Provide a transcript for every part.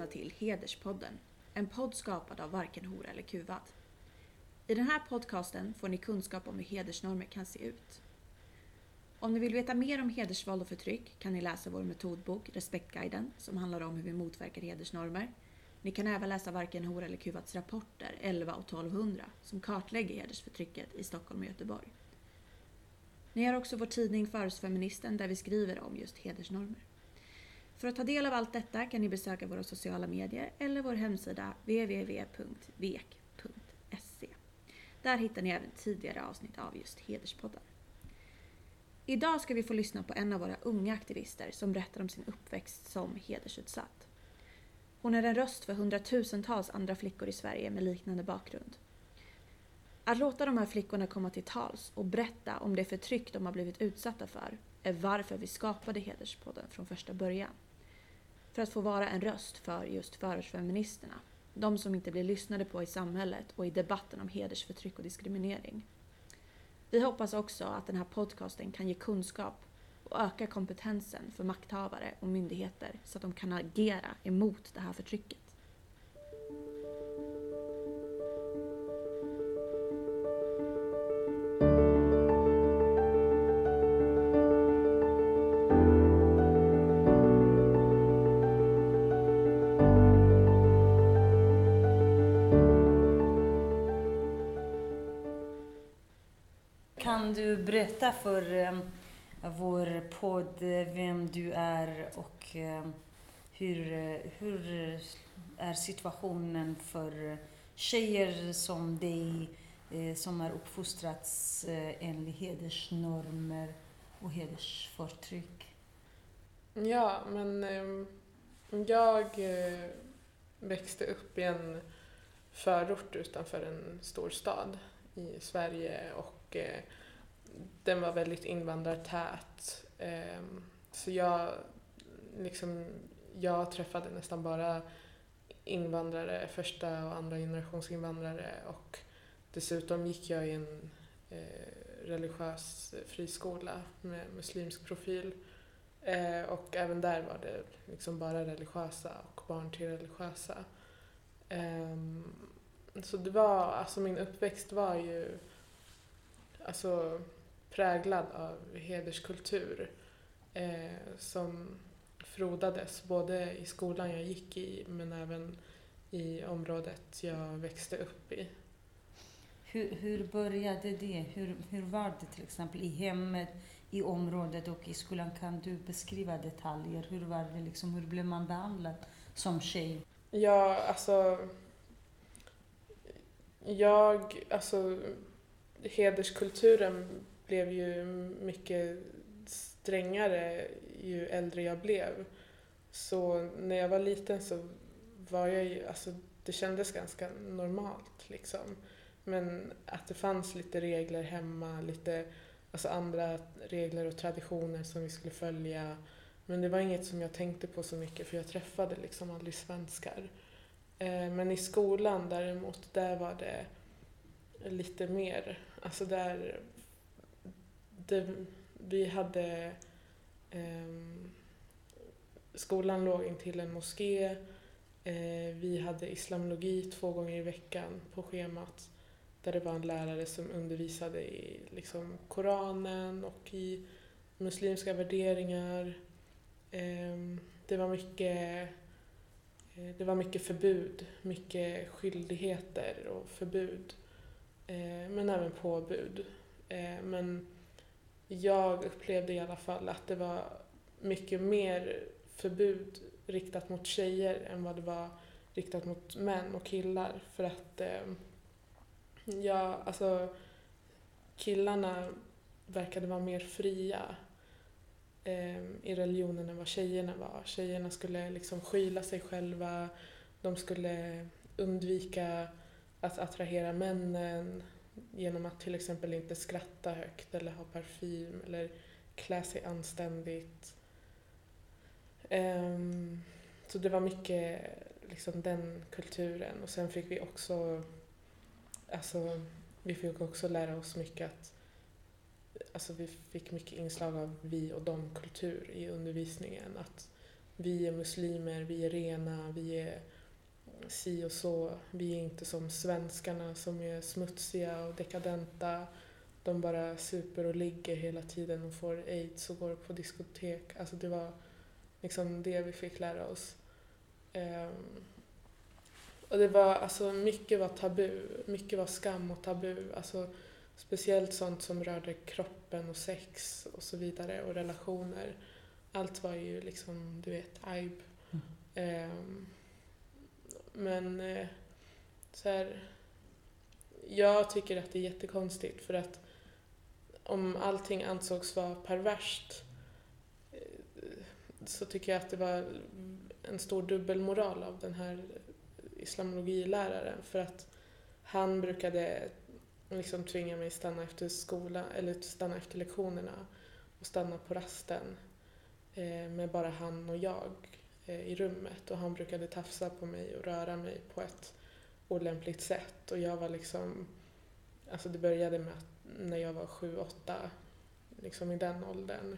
till Hederspodden, en podd skapad av Varken hora eller kuvad. I den här podcasten får ni kunskap om hur hedersnormer kan se ut. Om ni vill veta mer om hedersvåld och förtryck kan ni läsa vår metodbok Respektguiden som handlar om hur vi motverkar hedersnormer. Ni kan även läsa Varken hora eller kuvads rapporter 11 och 1200 som kartlägger hedersförtrycket i Stockholm och Göteborg. Ni har också vår tidning Förortsfeministen där vi skriver om just hedersnormer. För att ta del av allt detta kan ni besöka våra sociala medier eller vår hemsida www.vek.se. Där hittar ni även tidigare avsnitt av just Hederspodden. Idag ska vi få lyssna på en av våra unga aktivister som berättar om sin uppväxt som hedersutsatt. Hon är en röst för hundratusentals andra flickor i Sverige med liknande bakgrund. Att låta de här flickorna komma till tals och berätta om det förtryck de har blivit utsatta för är varför vi skapade Hederspodden från första början. För att få vara en röst för just förortsfeministerna. De som inte blir lyssnade på i samhället och i debatten om hedersförtryck och diskriminering. Vi hoppas också att den här podcasten kan ge kunskap och öka kompetensen för makthavare och myndigheter så att de kan agera emot det här förtrycket. Kan du berätta för vår podd vem du är och hur är situationen för tjejer som dig som är uppfostrats enligt hedersnormer och hedersförtryck? Ja, men jag växte upp i en förort utanför en stor stad i Sverige och den var väldigt invandrartät. Så jag träffade nästan bara invandrare, första och andra generations invandrare och dessutom gick jag i en religiös friskola med muslimsk profil. Och även där var det liksom bara religiösa och barn till religiösa. Så det var, alltså min uppväxt var ju präglad av hederskultur som frodades både i skolan jag gick i men även i området jag växte upp i. Hur började det? Hur var det till exempel i hemmet, i området och i skolan? Kan du beskriva detaljer? Hur var det liksom, hur blev man behandlad som tjej? Ja, hederskulturen blev ju mycket strängare ju äldre jag blev. Så när jag var liten så var jag ju, det kändes ganska normalt liksom. Men att det fanns lite regler hemma, lite andra regler och traditioner som vi skulle följa. Men det var inget som jag tänkte på så mycket för jag träffade liksom aldrig svenskar. Men i skolan däremot, där var det lite mer. Vi hade skolan låg intill en moské. Vi hade islamologi 2 gånger i veckan på schemat. Där det var en lärare som undervisade i liksom Koranen och i muslimska värderingar. Det var mycket förbud, mycket skyldigheter och förbud. Men även påbud. Men jag upplevde i alla fall att det var mycket mer förbud riktat mot tjejer än vad det var riktat mot män och killar. För att killarna verkade vara mer fria i religionen än vad tjejerna var. Tjejerna skulle liksom skyla sig själva, de skulle undvika att attrahera männen genom att till exempel inte skratta högt eller ha parfym eller klä sig anständigt. Så det var mycket liksom den kulturen. Och sen fick vi också lära oss mycket vi fick mycket inslag av vi och dem kultur i undervisningen. Att vi är muslimer, vi är rena, vi är si och så. Vi är inte som svenskarna som är smutsiga och dekadenta. De bara super och ligger hela tiden och får aids och går på diskotek. Alltså det var liksom det vi fick lära oss. Och det var, alltså mycket var tabu, mycket var skam och tabu. Alltså speciellt sånt som rörde kroppen och sex och så vidare och relationer. Allt var ju liksom, du vet, aib. Men så här, jag tycker att det är jättekonstigt för att om allting ansågs vara perverst så tycker jag att det var en stor dubbelmoral av den här islamologiläraren för att han brukade liksom tvinga mig stanna efter skolan eller stanna efter lektionerna och stanna på rasten med bara han och jag i rummet och han brukade tafsa på mig och röra mig på ett olämpligt sätt och jag var liksom, alltså det började med att när jag var 7-8 liksom i den åldern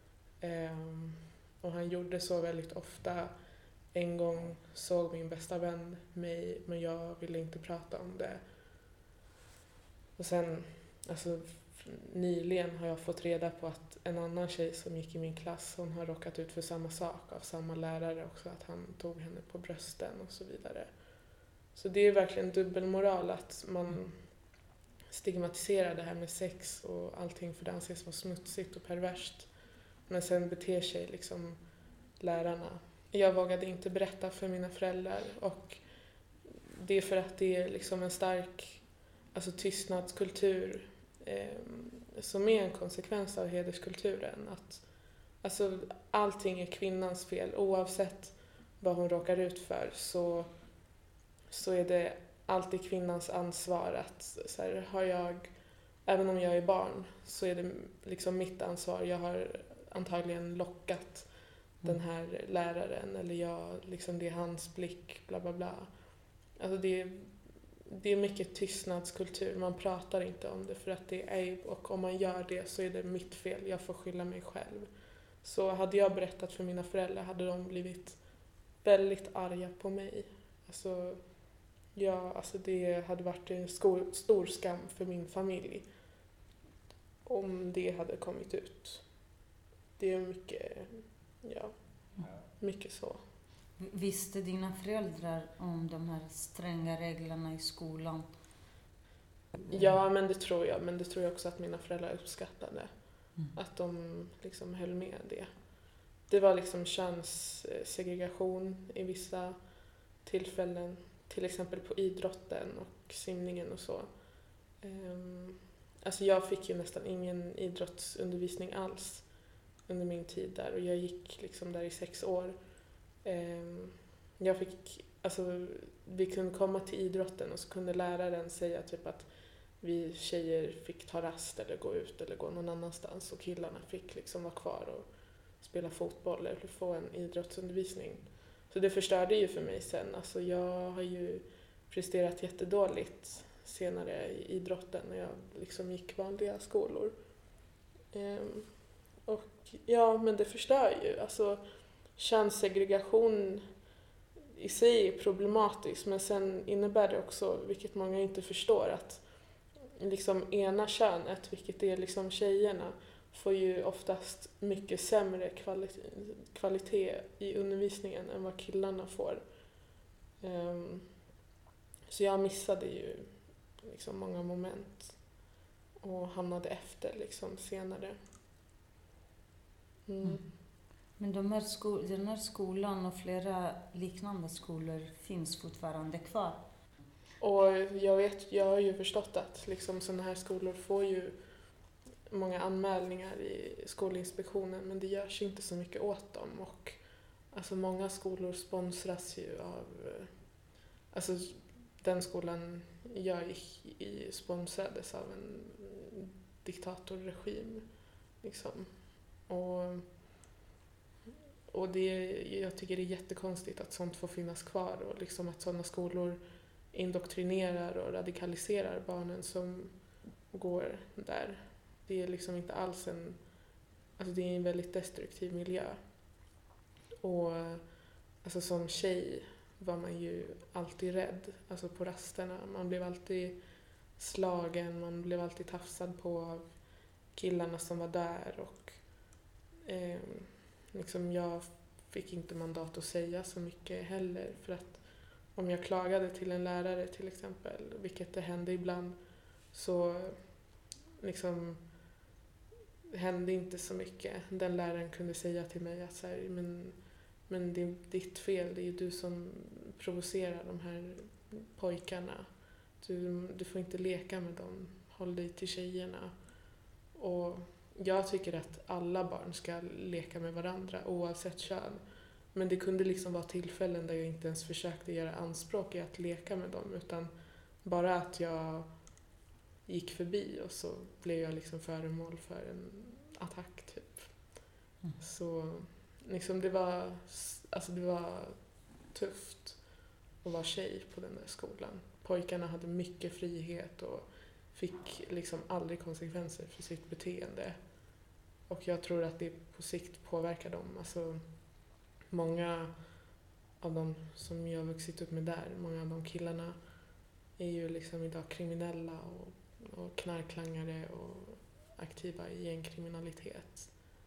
och han gjorde så väldigt ofta. En gång såg min bästa vän mig men jag ville inte prata om det och sen alltså nyligen har jag fått reda på att en annan tjej som gick i min klass, hon har råkat ut för samma sak av samma lärare också, att han tog henne på brösten och så vidare. Så det är verkligen dubbelmoral att man stigmatiserar det här med sex och allting för det anses vara smutsigt och perverst. Men sen beter sig liksom lärarna. Jag vågade inte berätta för mina föräldrar och det är för att det är liksom en stark alltså tystnadskultur som är en konsekvens av hederskulturen. Att, alltså, allting är kvinnans fel. Oavsett vad hon råkar ut för så är det alltid kvinnans ansvar att så här, även om jag är barn så är det liksom mitt ansvar. Jag har antagligen lockat den här läraren eller liksom det är hans blick, bla bla bla. Alltså det är mycket tystnadskultur. Man pratar inte om det för att det är aib och om man gör det så är det mitt fel. Jag får skylla mig själv. Så hade jag berättat för mina föräldrar hade de blivit väldigt arga på mig. Alltså det hade varit en stor skam för min familj om det hade kommit ut. Det är mycket så. Visste dina föräldrar om de här stränga reglerna i skolan? Ja, men det tror jag. Men det tror jag också att mina föräldrar uppskattade. Att de liksom höll med det. Det var liksom könssegregation i vissa tillfällen. Till exempel på idrotten och simningen och så. Alltså jag fick ju nästan ingen idrottsundervisning alls under min tid där. Och jag gick liksom där i 6 år. Vi kunde komma till idrotten och så kunde läraren säga typ att vi tjejer fick ta rast eller gå ut eller gå någon annanstans och killarna fick liksom vara kvar och spela fotboll eller få en idrottsundervisning. Så det förstörde ju för mig sen. Alltså jag har ju presterat jättedåligt senare i idrotten när jag liksom gick vanliga skolor. Och ja, men det förstör ju. Alltså könssegregation i sig är problematisk men sen innebär det också, vilket många inte förstår, att liksom ena könet, vilket är liksom tjejerna, får ju oftast mycket sämre kvalitet i undervisningen än vad killarna får. Så jag missade ju liksom många moment och hamnade efter liksom senare. Men den här skolan och flera liknande skolor finns fortfarande kvar. Och jag har ju förstått att liksom sådana här skolor får ju många anmälningar i Skolinspektionen men det görs inte så mycket åt dem. Och alltså många skolor sponsras ju av... Alltså den skolan jag gick i sponsrades av en diktatorregim. Liksom. Och jag tycker det är jättekonstigt att sånt får finnas kvar och liksom att sådana skolor indoktrinerar och radikaliserar barnen som går där. Det är liksom inte alls det är en väldigt destruktiv miljö. Och alltså som tjej var man ju alltid rädd, alltså på rasterna. Man blev alltid slagen, man blev alltid tafsad på av killarna som var där. Och liksom jag fick inte mandat att säga så mycket heller, för att om jag klagade till en lärare till exempel, vilket det hände ibland, så liksom hände inte så mycket. Den läraren kunde säga till mig att så här, men det är ditt fel, det är ju du som provocerar de här pojkarna. Du får inte leka med dem, håll dig till tjejerna. Och jag tycker att alla barn ska leka med varandra oavsett kön. Men det kunde liksom vara tillfällen där jag inte ens försökte göra anspråk i att leka med dem, utan bara att jag gick förbi och så blev jag liksom föremål för en attack typ. Så liksom det var tufft att vara tjej på den där skolan. Pojkarna hade mycket frihet och fick liksom aldrig konsekvenser för sitt beteende. Och jag tror att det på sikt påverkar dem. Alltså, många av dem som jag har vuxit upp med där, många av de killarna är ju liksom idag kriminella och knarklangare och aktiva i gängkriminalitet.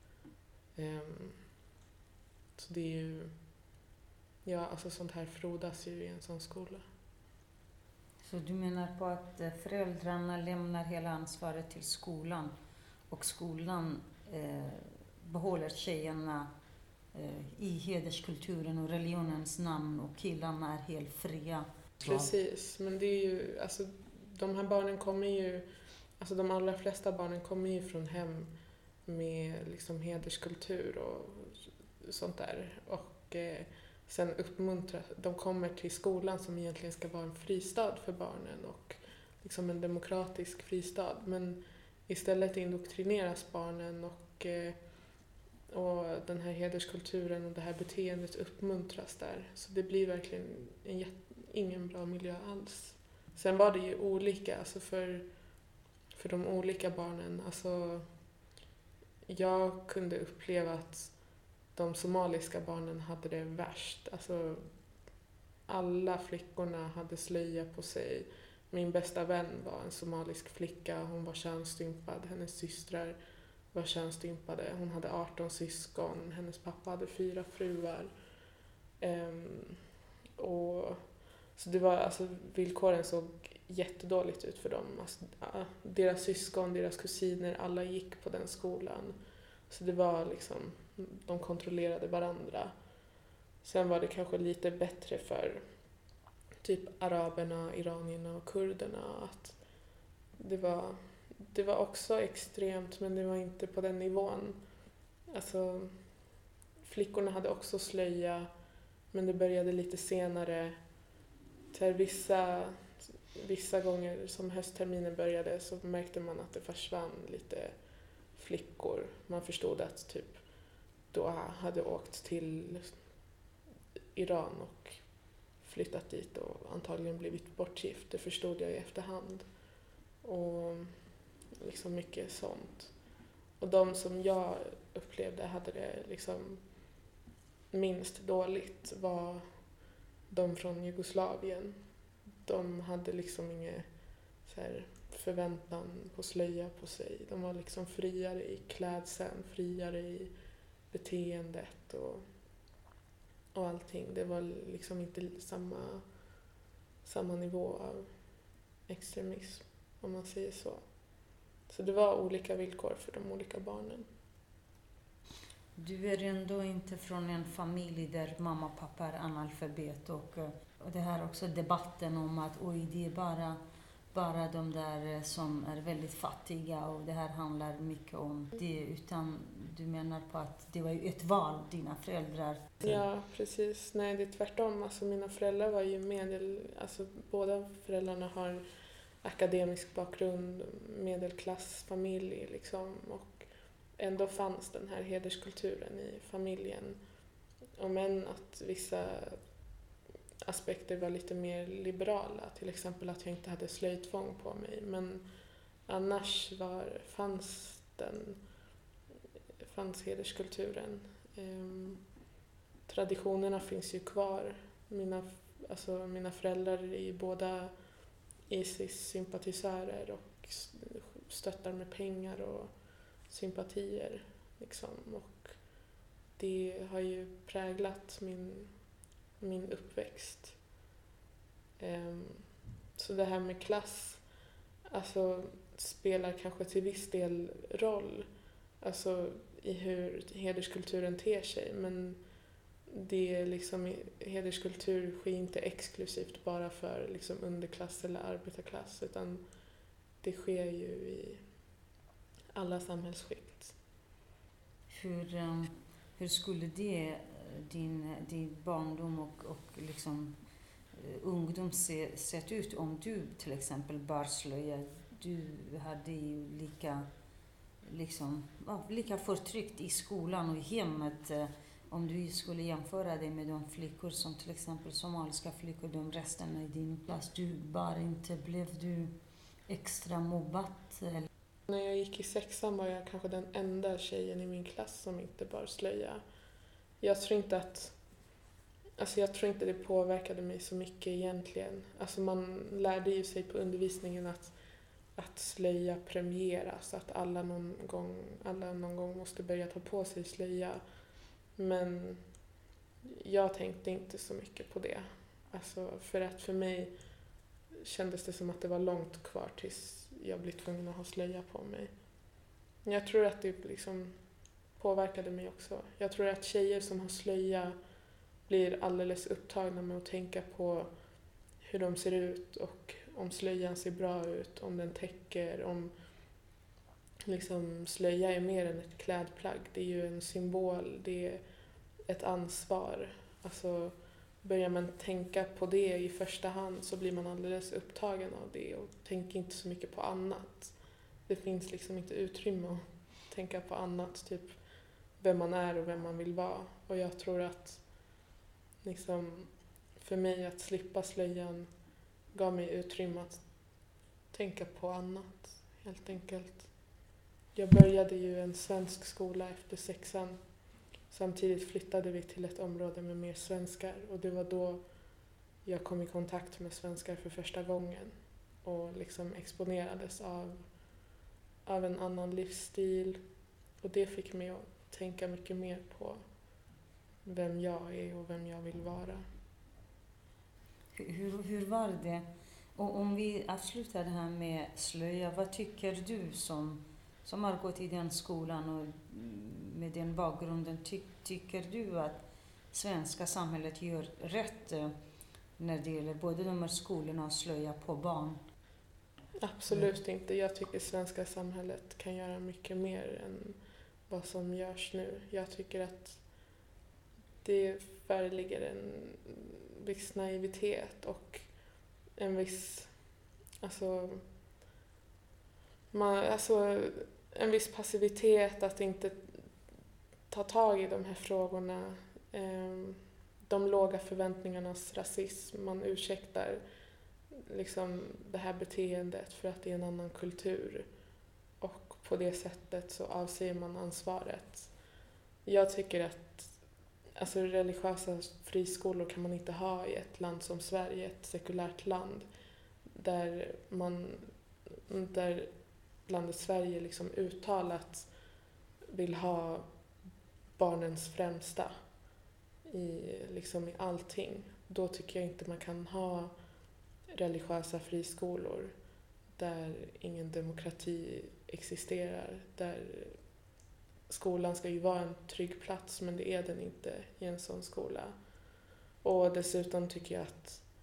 Så det är ju, ja, alltså sånt här frodas ju i en sån skola. Så du menar på att föräldrarna lämnar hela ansvaret till skolan och skolan behåller tjejerna i hederskulturen och religionens namn och killarna är helt fria? Precis, men det är ju, alltså de här barnen kommer ju, alltså de allra flesta barnen kommer ju från hem med liksom hederskultur och sånt där. Och sen uppmuntras, de kommer till skolan som egentligen ska vara en fristad för barnen och liksom en demokratisk fristad. Men istället indoktrineras barnen och den här hederskulturen och det här beteendet uppmuntras där. Så det blir verkligen ingen bra miljö alls. Sen var det ju olika, alltså för de olika barnen. Alltså, jag kunde uppleva att de somaliska barnen hade det värst. Alltså, alla flickorna hade slöja på sig. Min bästa vän var en somalisk flicka. Hon var könsstympad. Hennes systrar var könsstympade. Hon hade 18 syskon. Hennes pappa hade 4 fruar. Så det var, alltså, villkoren såg jättedåligt ut för dem. Alltså, deras syskon, deras kusiner, alla gick på den skolan. Så det var liksom, de kontrollerade varandra. Sen var det kanske lite bättre för typ araberna, iranierna och kurderna. Att det var också extremt, men det var inte på den nivån. Alltså, flickorna hade också slöja, men det började lite senare. Så här, vissa gånger som höstterminen började så märkte man att det försvann lite flickor. Man förstod att typ Doha hade åkt till Iran och flyttat dit och antagligen blivit bortgift. Det förstod jag i efterhand. Och liksom mycket sånt. Och de som jag upplevde hade det liksom minst dåligt var de från Jugoslavien. De hade liksom ingen så här förväntan på slöja på sig. De var liksom friare i klädseln, friare i beteendet och allting. Det var liksom inte samma nivå av extremism, om man säger så. Så det var olika villkor för de olika barnen. Du är ändå inte från en familj där mamma och pappa är analfabet och det här också debatten om att det är bara de där som är väldigt fattiga och det här handlar mycket om det, utan du menar på att det var ju ett val, dina föräldrar. Ja, precis. Nej, det är tvärtom. Alltså, mina föräldrar var ju båda föräldrarna har akademisk bakgrund, medelklassfamilj liksom, och ändå fanns den här hederskulturen i familjen. Om än att vissa aspekter var lite mer liberala, till exempel att jag inte hade slöjtvång på mig, men annars fanns hederskulturen. traditionerna finns ju kvar. Mina föräldrar är ju båda Isis-sympatisörer och stöttar med pengar och sympatier. Liksom. Och det har ju präglat min uppväxt. Så det här med klass spelar kanske till viss del roll i hur hederskulturen ter sig, men det är hederskultur sker inte exklusivt bara för underklass eller arbetarklass, utan det sker ju i alla samhällsskikt. Hur skulle din barndom och ungdom sett ut om du till exempel bar slöja? Du hade ju lika förtryckt i skolan och i hemmet. Om du skulle jämföra dig med de flickor som till exempel somaliska flickor, de resten i din klass, blev du extra mobbat? Eller? När jag gick i 6:an var jag kanske den enda tjejen i min klass som inte bar slöja. Jag tror inte det påverkade mig så mycket egentligen. Man lärde ju sig på undervisningen att slöja premieras, att alla någon gång måste börja ta på sig slöja. Men jag tänkte inte så mycket på det. För att för mig kändes det som att det var långt kvar tills jag blev tvungen att ha slöja på mig. Jag tror att det påverkade mig också. Jag tror att tjejer som har slöja blir alldeles upptagna med att tänka på hur de ser ut och om slöjan ser bra ut, om den täcker, om slöja är mer än ett klädplagg. Det är ju en symbol, det är ett ansvar. Börjar man tänka på det i första hand så blir man alldeles upptagen av det och tänker inte så mycket på annat. Det finns inte utrymme att tänka på annat, typ vem man är och vem man vill vara. Och jag tror att för mig att slippa slöjan gav mig utrymme att tänka på annat, helt enkelt. Jag började ju en svensk skola efter 6:an. Samtidigt flyttade vi till ett område med mer svenskar och det var då jag kom i kontakt med svenskar för första gången och exponerades av en annan livsstil, och det fick mig att tänka mycket mer på vem jag är och vem jag vill vara. Hur var det? Och om vi avslutar det här med slöja, vad tycker du som har gått i den skolan och med den bakgrunden, tycker du att svenska samhället gör rätt när det gäller både de här skolorna och slöja på barn? Absolut inte. Jag tycker svenska samhället kan göra mycket mer än vad som görs nu. Jag tycker att det föreligger en viss naivitet och en viss en viss passivitet att inte ta tag i de här frågorna. De låga förväntningarnas rasism. Man ursäktar det här beteendet för att det är en annan kultur. Och på det sättet så avser man ansvaret. Jag tycker att religiösa friskolor kan man inte ha i ett land som Sverige, ett sekulärt land. Där landet Sverige uttalat vill ha barnens främsta i allting. Då tycker jag inte man kan ha religiösa friskolor där ingen demokrati existerar. Där skolan ska ju vara en trygg plats, men det är den inte i en sån skola. Och dessutom tycker jag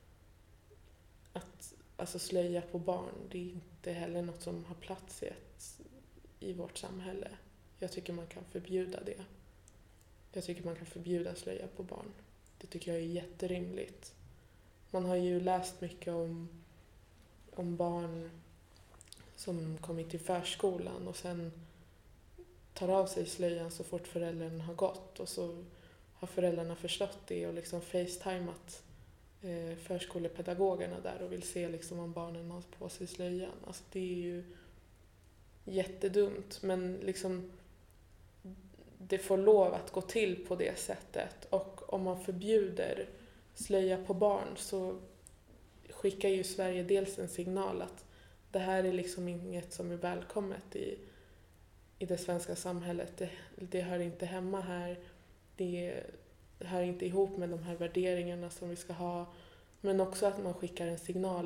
att slöja på barn, det är inte heller något som har plats i vårt samhälle. Jag tycker man kan förbjuda det. Jag tycker man kan förbjuda slöja på barn. Det tycker jag är jätterimligt. Man har ju läst mycket om barn som kommit till förskolan och sen tar av sig slöjan så fort föräldern har gått, och så har föräldrarna förstått det och facetimat förskolepedagogerna där och vill se om barnen har på sig slöjan. Det är ju jättedumt, men det får lov att gå till på det sättet. Och om man förbjuder slöja på barn så skickar ju Sverige dels en signal att det här är liksom inget som är välkommet i det svenska samhället. Det hör inte hemma här. Det hör inte ihop med de här värderingarna som vi ska ha. Men också att man skickar en signal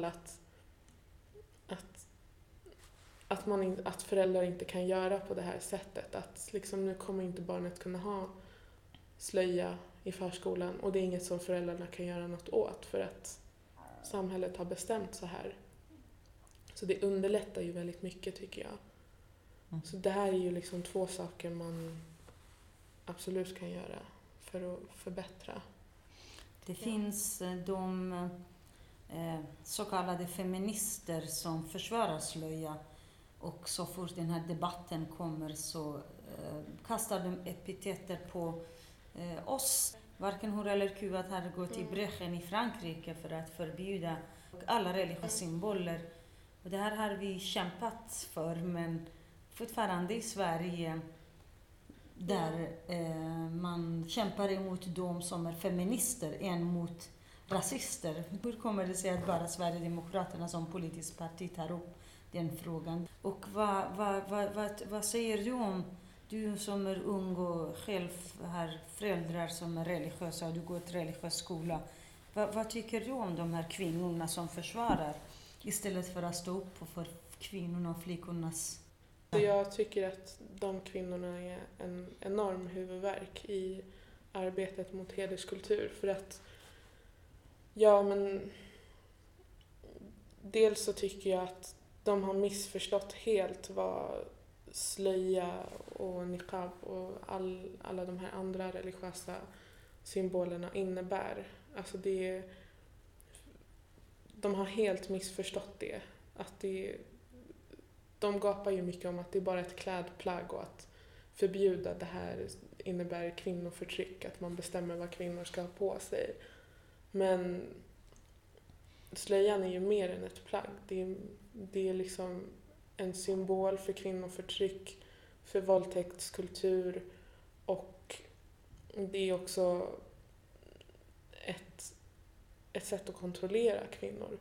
att föräldrar inte kan göra på det här sättet. Att liksom, nu kommer inte barnet kunna ha slöja i förskolan. Och det är inget som föräldrarna kan göra något åt för att samhället har bestämt så här. Så det underlättar ju väldigt mycket tycker jag. Så det här är ju liksom 2 saker man absolut kan göra för att förbättra. Det finns de så kallade feminister som försvarar slöja, och så fort den här debatten kommer så kastar de epiteter på oss. Varken hora eller kuvat har gått i bräschen i Frankrike för att förbjuda alla religiösa symboler. Och det här har vi kämpat för, men fortfarande i Sverige där man kämpar emot de som är feminister än mot rasister. Hur kommer det sig att bara Sverigedemokraterna som politiskt parti tar upp den frågan? Och vad säger du om, du som är ung och själv har föräldrar som är religiösa och du går till religiös skola. Vad tycker du om de här kvinnorna som försvarar istället för att stå upp för kvinnorna och flickornas? Jag tycker att de kvinnorna är en enorm huvudvärk i arbetet mot hederskultur. För att, dels så tycker jag att de har missförstått helt vad slöja och niqab och alla de här andra religiösa symbolerna innebär. Alltså de har helt missförstått det. Att de gapar ju mycket om att det är bara ett klädplagg och att förbjuda det här innebär kvinnoförtryck, att man bestämmer vad kvinnor ska ha på sig. Men slöjan är ju mer än ett plagg. Det är liksom en symbol för kvinnoförtryck, för våldtäktskultur, och det är också ett sätt att kontrollera kvinnor.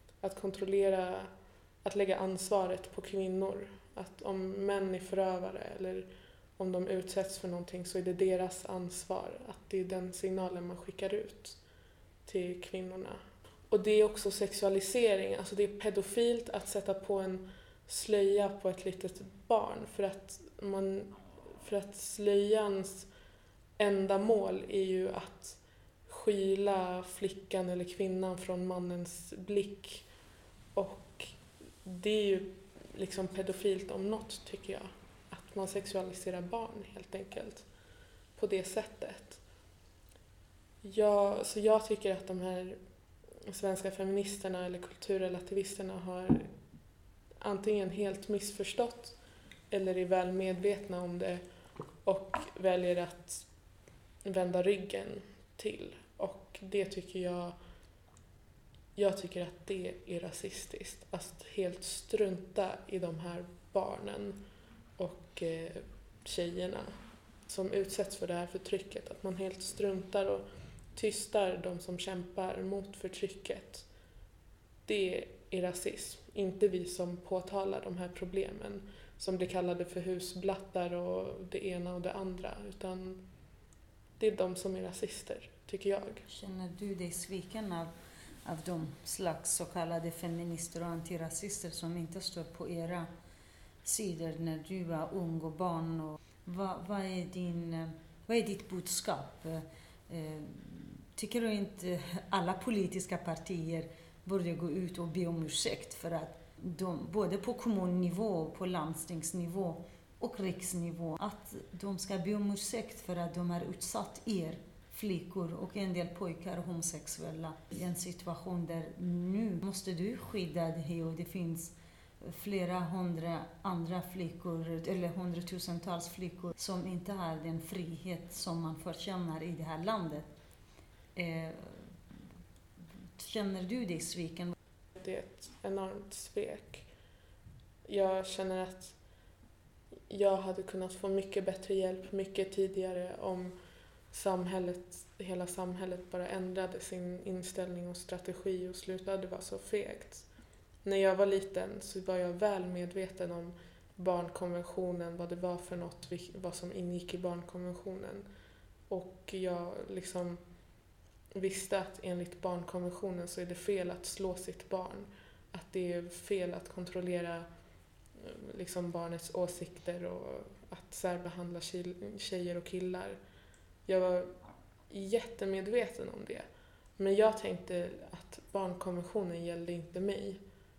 Att lägga ansvaret på kvinnor. Att om män är förövare eller om de utsätts för någonting så är det deras ansvar. Att det är den signalen man skickar ut till kvinnorna. Och det är också sexualisering. Alltså det är pedofilt att sätta på en slöja på ett litet barn. För att slöjans enda mål är ju att skyla flickan eller kvinnan från mannens blick. Och det är ju liksom pedofilt om något, tycker jag. Att man sexualiserar barn helt enkelt på det sättet. Så jag tycker att de här svenska feministerna eller kulturrelativisterna har antingen helt missförstått eller är väl medvetna om det och väljer att vända ryggen till. Och det tycker jag tycker att det är rasistiskt. Att helt strunta i de här barnen och tjejerna som utsätts för det här förtrycket. Att man helt struntar och tystar de som kämpar mot förtrycket. Det är rasism. Inte vi som påtalar de här problemen som blir kallade för husblattar och det ena och det andra. Utan det är de som är rasister, tycker jag. Känner du dig sviken av de slags så kallade feminister och antirasister som inte står på era sidor när du var ung och barn? Och vad är ditt budskap? Tycker du inte alla politiska partier borde gå ut och be om ursäkt för att de, både på kommunnivå, på landstingsnivå och riksnivå, att de ska be om ursäkt för att de har utsatt er flickor och en del pojkar homosexuella i en situation där nu måste du skydda dig och det finns flera hundra andra flickor eller hundratusentals flickor som inte har den frihet som man förtjänar i det här landet. Känner du dig sviken? Det är ett enormt svek. Jag känner att jag hade kunnat få mycket bättre hjälp mycket tidigare om hela samhället bara ändrade sin inställning och strategi och slutade vara så fegt. När jag var liten så var jag väl medveten om barnkonventionen, vad det var för något, vad som ingick i barnkonventionen. Och jag liksom visste att enligt barnkonventionen så är det fel att slå sitt barn. Att det är fel att kontrollera liksom barnets åsikter och att särbehandla tjejer och killar. Jag var jättemedveten om det. Men jag tänkte att barnkonventionen gällde inte mig.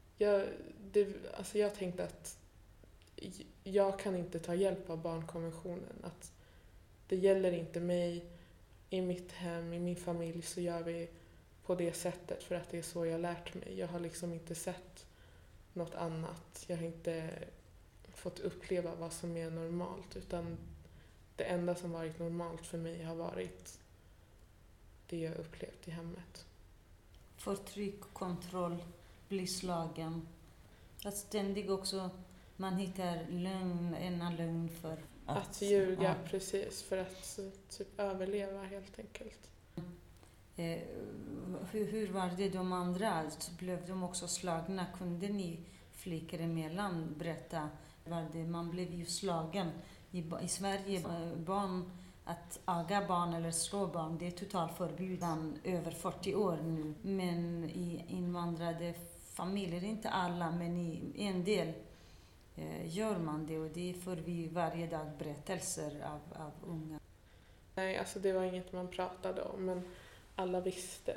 Jag tänkte att jag kan inte ta hjälp av barnkonventionen. Att det gäller inte mig. I mitt hem, i min familj så gör vi på det sättet för att det är så jag lärt mig. Jag har liksom inte sett något annat. Jag har inte fått uppleva vad som är normalt, utan det enda som varit normalt för mig har varit det jag upplevt i hemmet. Förtryck, kontroll, bli slagen. Att ständigt också man hittar en lögn för att ljuga, precis, för att typ överleva helt enkelt. Hur var det de andra? Blev de också slagna? Kunde ni flickor emellan berätta? Man blev ju slagen. I Sverige, barn, att aga barn eller slå barn, det är totalt förbjudan över 40 år nu. Men i invandrade familjer, inte alla, men i en del gör man det, och det får vi varje dag berättelser av unga. Nej, alltså det var inget man pratade om, men alla visste.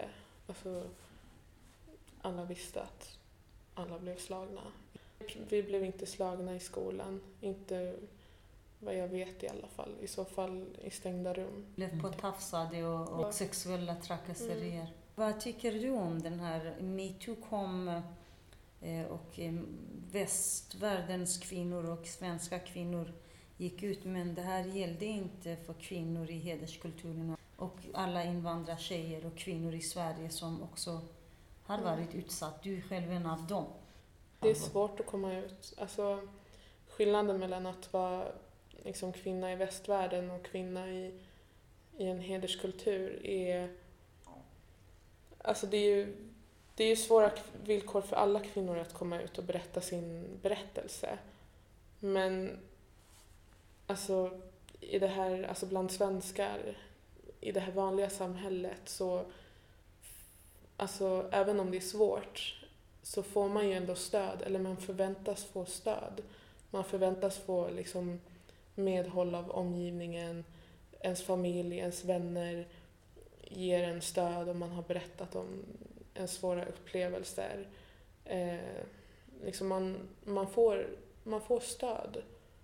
Alla visste att alla blev slagna. Vi blev inte slagna i skolan, inte vad jag vet i alla fall. I så fall i stängda rum. Blev påtafsade och sexuella trakasserier. Vad tycker du om den här MeToo kom och västvärldens kvinnor och svenska kvinnor gick ut, men det här gällde inte för kvinnor i hederskulturen och alla invandrartjejer och kvinnor i Sverige som också har varit utsatt. Du är själv en av dem. Det är svårt att komma ut. Alltså, skillnaden mellan att vara liksom kvinna i västvärlden och kvinna i en hederskultur är... Alltså det är ju svåra villkor för alla kvinnor att komma ut och berätta sin berättelse. Men alltså, i det här, alltså bland svenskar, i det här vanliga samhället, så alltså, även om det är svårt så får man ju ändå stöd, eller man förväntas få stöd. Man förväntas få liksom medhåll av omgivningen, ens familj, ens vänner ger en stöd om man har berättat om ens svåra upplevelser. Liksom man får stöd.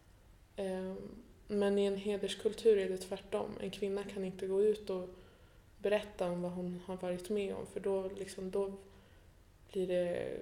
Men i en hederskultur är det tvärtom. En kvinna kan inte gå ut och berätta om vad hon har varit med om, för då blir det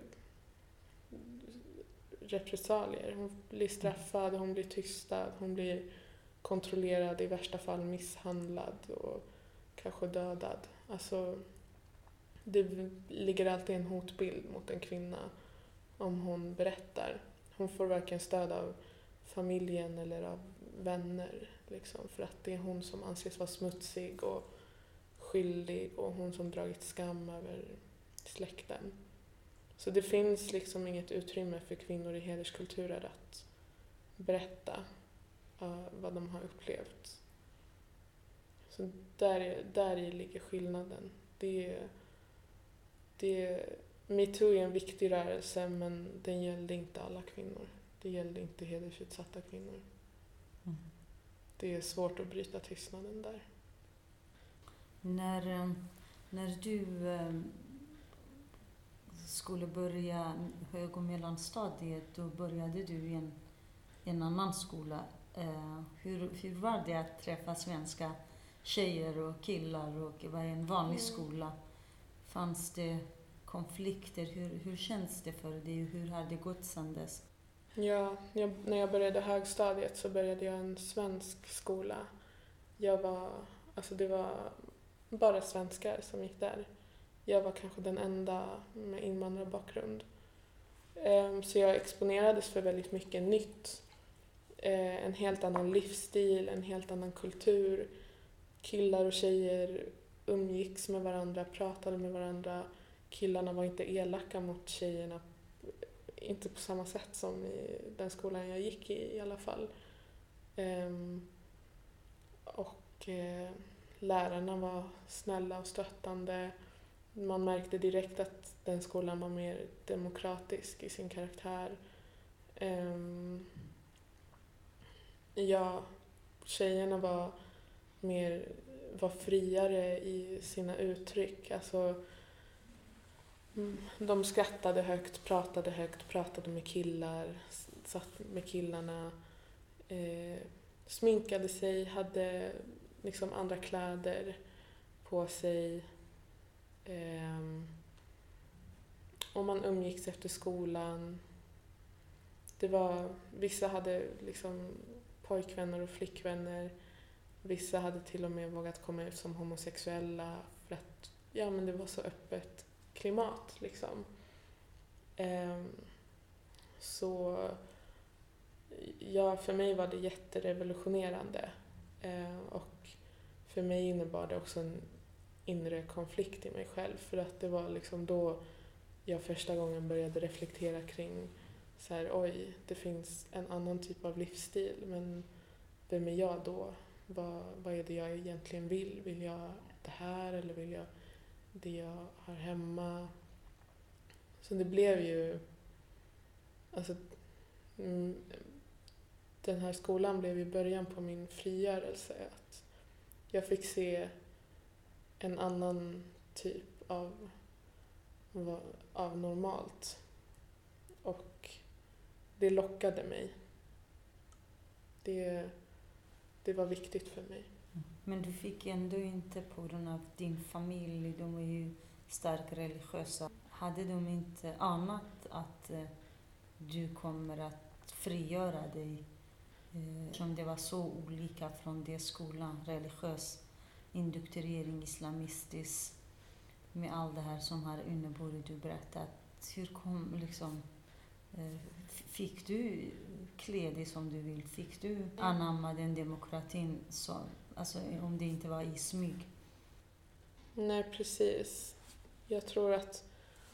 repressalier. Hon blir straffad, hon blir tystad, hon blir kontrollerad, i värsta fall misshandlad och kanske dödad. Alltså, det ligger alltid en hotbild mot en kvinna om hon berättar. Hon får varken stöd av familjen eller av vänner, liksom, för att det är hon som anses vara smutsig och skyldig och hon som dragit skam över släkten. Så det finns liksom inget utrymme för kvinnor i hederskulturer att berätta vad de har upplevt. Så där i ligger skillnaden. MeToo är en viktig rörelse, men den gällde inte alla kvinnor. Det gällde inte hedersutsatta kvinnor. Mm. Det är svårt att bryta tystnaden där. När du skulle börja hög- och mellanstadiet, då började du i en annan skola. Hur var det att träffa svenska tjejer och killar och vara i en vanlig skola? Fanns det konflikter? Hur känns det för dig? Hur har det gått sedan dess? Ja, när jag började högstadiet så började jag i en svensk skola. Det var bara svenskar som gick där. Jag var kanske den enda med invandrarbakgrund. Så jag exponerades för väldigt mycket nytt. en helt annan livsstil, en helt annan kultur. Killar och tjejer umgicks med varandra, pratade med varandra. Killarna var inte elaka mot tjejerna, inte på samma sätt som i den skolan jag gick i alla fall. Och lärarna var snälla och stöttande. Man märkte direkt att den skolan var mer demokratisk i sin karaktär. Ja, tjejerna var friare i sina uttryck. Alltså, de skrattade högt, pratade med killar, satt med killarna, sminkade sig, hade liksom andra kläder på sig. Och man umgicks efter skolan. Vissa hade liksom pojkvänner och flickvänner. Vissa hade till och med vågat komma ut som homosexuella för att men det var så öppet klimat liksom. Så för mig var det jätterevolutionerande. Och för mig innebar det också en inre konflikt i mig själv, för att det var liksom då jag första gången började reflektera kring så här, oj, det finns en annan typ av livsstil, men vem är jag då? Vad är det jag egentligen vill? Vill jag det här eller vill jag det jag har hemma? Så det blev ju, alltså den här skolan blev ju början på min frigörelse, att jag fick se en annan typ av normalt, och det lockade mig. Det var viktigt för mig. Men du fick ändå inte, på grund av din familj, de är ju starkt religiösa, hade de inte anat att du kommer att frigöra dig? Som det var så olika från det skolan, religiös indoktrinering, islamistisk, med allt det här som har inneburit, du berättat. Hur kom liksom, fick du klä dig som du vill? Fick du anamma den demokratin, alltså om det inte var i smyg? Nej, precis. Jag tror att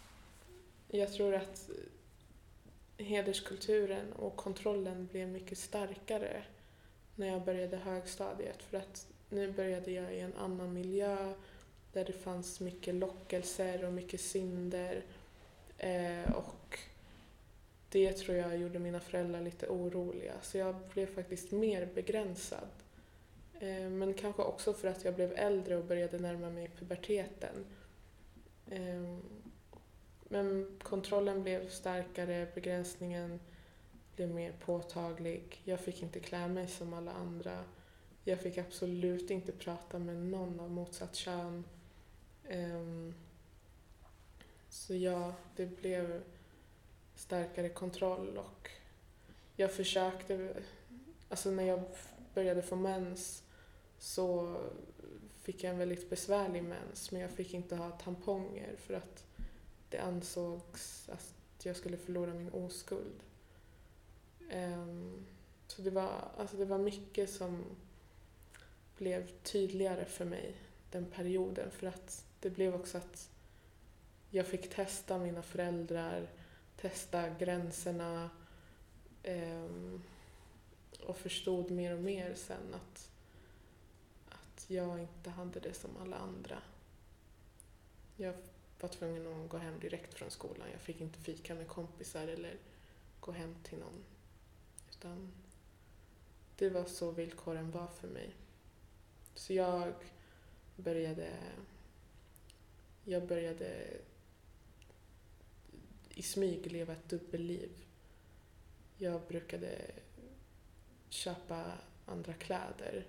hederskulturen och kontrollen blev mycket starkare när jag började högstadiet, för att nu började jag i en annan miljö där det fanns mycket lockelser och mycket synder, och det tror jag gjorde mina föräldrar lite oroliga, så jag blev faktiskt mer begränsad. Men kanske också för att jag blev äldre och började närma mig puberteten. Men kontrollen blev starkare, begränsningen blev mer påtaglig. Jag fick inte klä mig som alla andra. Jag fick absolut inte prata med någon av motsatt kön. Så det blev starkare kontroll, och jag försökte, alltså när jag började få mens så fick jag en väldigt besvärlig mens, men jag fick inte ha tamponger för att det ansågs att jag skulle förlora min oskuld. Så det var mycket som blev tydligare för mig den perioden, för att det blev också att jag fick testa mina föräldrar, testa gränserna, och förstod mer och mer sen att jag inte hade det som alla andra. Jag var tvungen att gå hem direkt från skolan. Jag fick inte fika med kompisar eller gå hem till någon. Utan det var så villkoren var för mig. Så jag började i smyg leva ett dubbelliv. Jag brukade köpa andra kläder.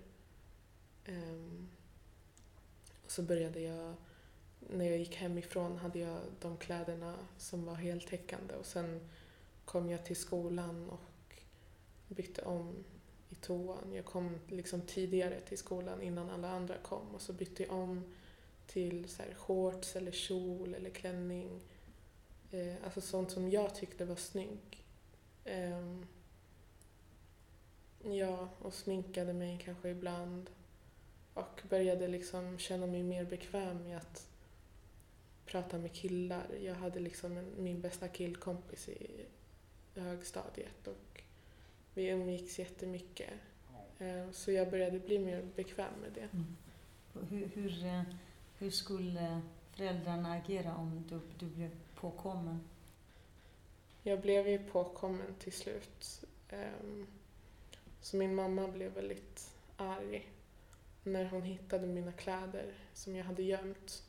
Och så började jag, när jag gick hemifrån hade jag de kläderna som var heltäckande, och sen kom jag till skolan och bytte om i toan. Jag kom liksom tidigare till skolan innan alla andra kom, och så bytte jag om till så här shorts eller kjol eller klänning. Alltså sånt som jag tyckte var snygg. Ja, och sminkade mig kanske ibland. Och började liksom känna mig mer bekväm med att prata med killar. Jag hade liksom min bästa killkompis i högstadiet och vi umgicks jättemycket. Så jag började bli mer bekväm med det. Hur skulle föräldrarna agera om du blev påkommen? Jag blev ju påkommen till slut. Så min mamma blev väldigt arg när hon hittade mina kläder som jag hade gömt.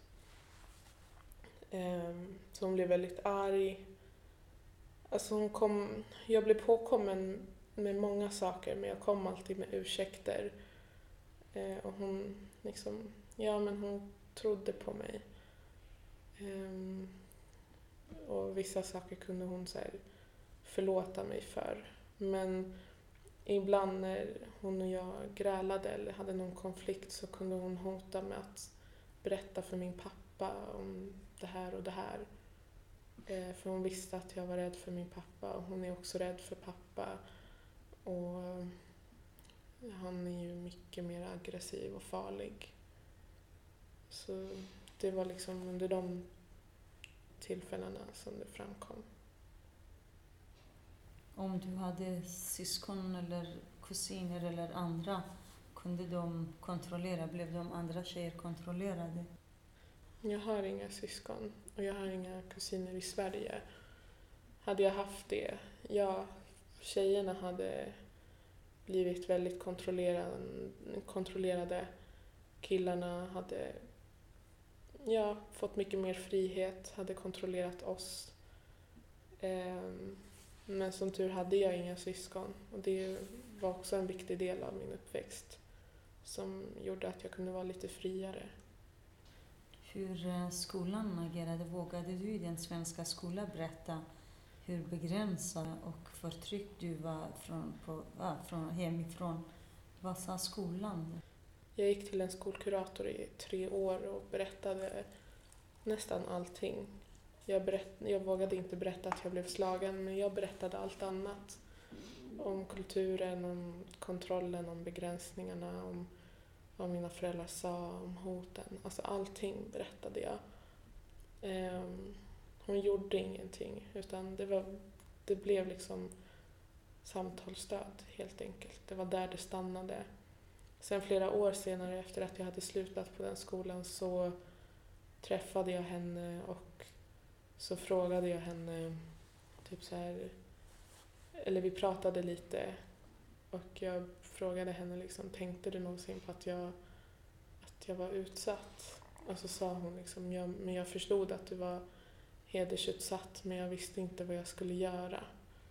Så hon blev väldigt arg. Alltså jag blev påkommen med många saker men jag kom alltid med ursäkter. Och hon hon trodde på mig. Och vissa saker kunde hon så här förlåta mig för. Men ibland när hon och jag grälade eller hade någon konflikt så kunde hon hota med att berätta för min pappa om det här och det här. För hon visste att jag var rädd för min pappa och hon är också rädd för pappa. Och han är ju mycket mer aggressiv och farlig. Så det var liksom under de tillfällena som det framkom. Om du hade syskon eller kusiner eller andra, kunde de kontrollera? Blev de andra tjejer kontrollerade? Jag har inga syskon och jag har inga kusiner i Sverige. Hade jag haft det, tjejerna hade blivit väldigt kontrollerade. Killarna hade fått mycket mer frihet, hade kontrollerat oss. Men som tur hade jag inga syskon och det var också en viktig del av min uppväxt som gjorde att jag kunde vara lite friare. Hur skolan agerade? Vågade du i den svenska skolan berätta hur begränsad och förtryckt du var från hemifrån? Vad sa skolan? Jag gick till en skolkurator i 3 år och berättade nästan allting. Jag vågade inte berätta att jag blev slagen, men jag berättade allt annat. Om kulturen, om kontrollen, om begränsningarna, om vad mina föräldrar sa, om hoten. Alltså allting berättade jag. Hon gjorde ingenting, utan det blev liksom samtalsstöd helt enkelt. Det var där det stannade. Sen flera år senare, efter att jag hade slutat på den skolan, så träffade jag henne och så frågade jag henne typ så här, eller vi pratade lite och jag frågade henne liksom, tänkte du någonsin på att jag var utsatt? Och så sa hon liksom, men jag förstod att du var hedersutsatt men jag visste inte vad jag skulle göra.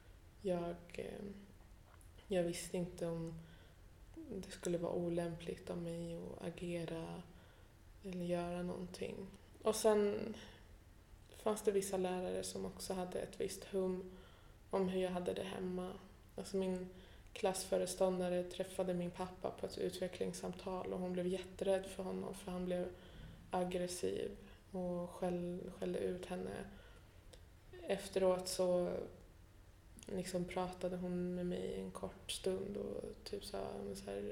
Jag visste inte om det skulle vara olämpligt av mig att agera eller göra någonting. Och sen fanns det vissa lärare som också hade ett visst hum om hur jag hade det hemma. Alltså min klassföreståndare träffade min pappa på ett utvecklingssamtal och hon blev jätterädd för honom för han blev aggressiv och skällde ut henne. Efteråt så liksom pratade hon med mig en kort stund och typ sa så här,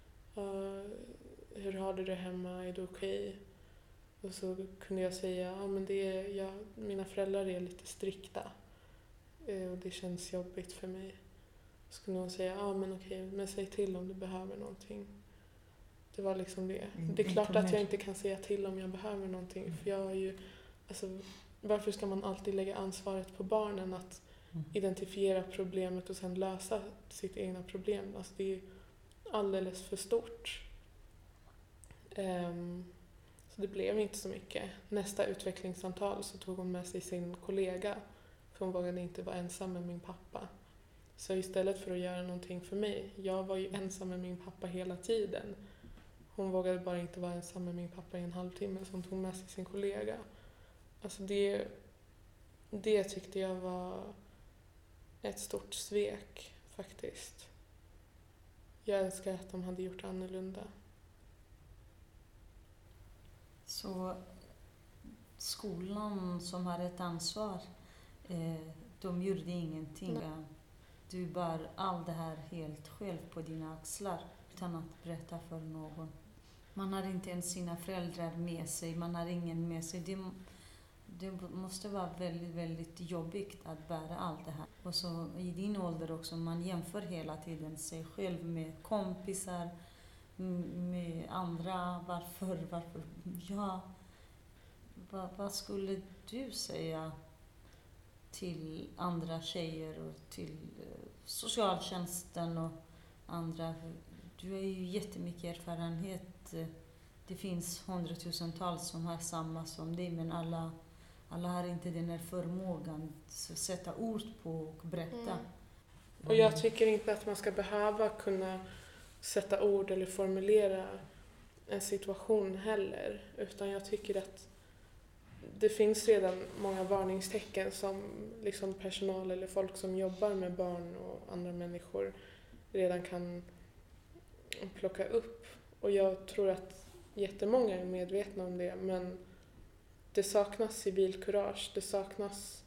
hur har du det hemma, är du okej? Och så kunde jag säga, men mina föräldrar är lite strikta och det känns jobbigt för mig. Så kunde hon säga, men okej, men säg till om du behöver någonting. Det var liksom det. Det är klart att jag inte kan säga till om jag behöver någonting, för jag är ju, alltså, varför ska man alltid lägga ansvaret på barnen att identifiera problemet och sen lösa sitt egna problem? Alltså det är alldeles för stort. Så det blev inte så mycket. Nästa utvecklingssamtal så tog hon med sig sin kollega för hon vågade inte vara ensam med min pappa. Så istället för att göra någonting för mig, jag var ju ensam med min pappa hela tiden. Hon vågade bara inte vara ensam med min pappa i en halvtimme så hon tog med sig sin kollega. Alltså det tyckte jag var ett stort svek faktiskt. Jag önskar att de hade gjort annorlunda. Så skolan som har ett ansvar, de gjorde ingenting. Nej. Du bar allt det här helt själv på dina axlar utan att berätta för någon. Man har inte ens sina föräldrar med sig, man har ingen med sig. Det måste vara väldigt, väldigt jobbigt att bära allt det här. Och så i din ålder också, man jämför hela tiden sig själv med kompisar, med andra. Varför? Ja. Vad skulle du säga till andra tjejer och till socialtjänsten och andra? Du har ju jättemycket erfarenhet. Det finns hundratusentals som har samma som dig, men alla har inte den här förmågan att sätta ord på och berätta. Och jag tycker inte att man ska behöva kunna sätta ord eller formulera en situation heller. Utan jag tycker att det finns redan många varningstecken som liksom personal eller folk som jobbar med barn och andra människor redan kan plocka upp. Och jag tror att jättemånga är medvetna om det, men det saknas civilkurage, det saknas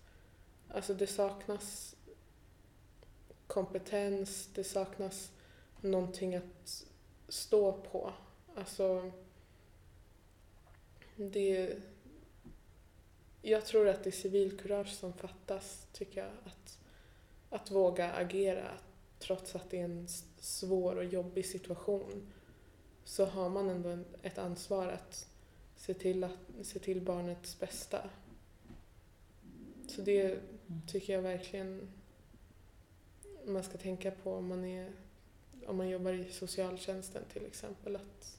kompetens, det saknas någonting att stå på. Alltså, jag tror att det är civilkurage som fattas, tycker jag. Att våga agera trots att det är en svår och jobbig situation. Så har man ändå ett ansvar att se till barnets bästa. Så det tycker jag verkligen man ska tänka på om man jobbar i socialtjänsten till exempel. Att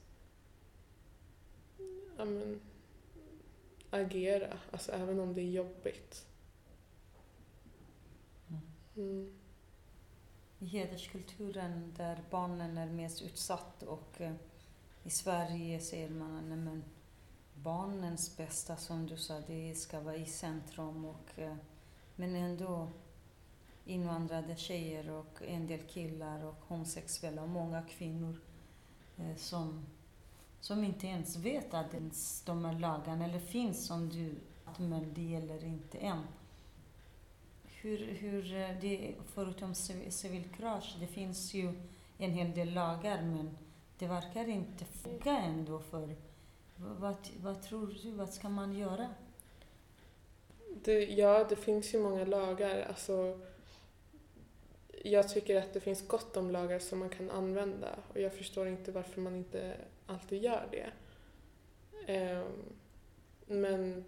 agera, alltså även om det är jobbigt. I hederskulturen där barnen är mest utsatt och i Sverige ser man att barnens bästa, som du sa, det ska vara i centrum. Men ändå invandrade tjejer och en del killar och homosexuella och många kvinnor som inte ens vet att de här lagarna eller finns som du, men det gäller inte än. Hur det, förutom civilkurage, det finns ju en hel del lagar, men det verkar inte funka ändå. För vad tror du, vad ska man göra? Det finns ju många lagar. Alltså, jag tycker att det finns gott om lagar som man kan använda, och jag förstår inte varför man inte alltid gör det. Men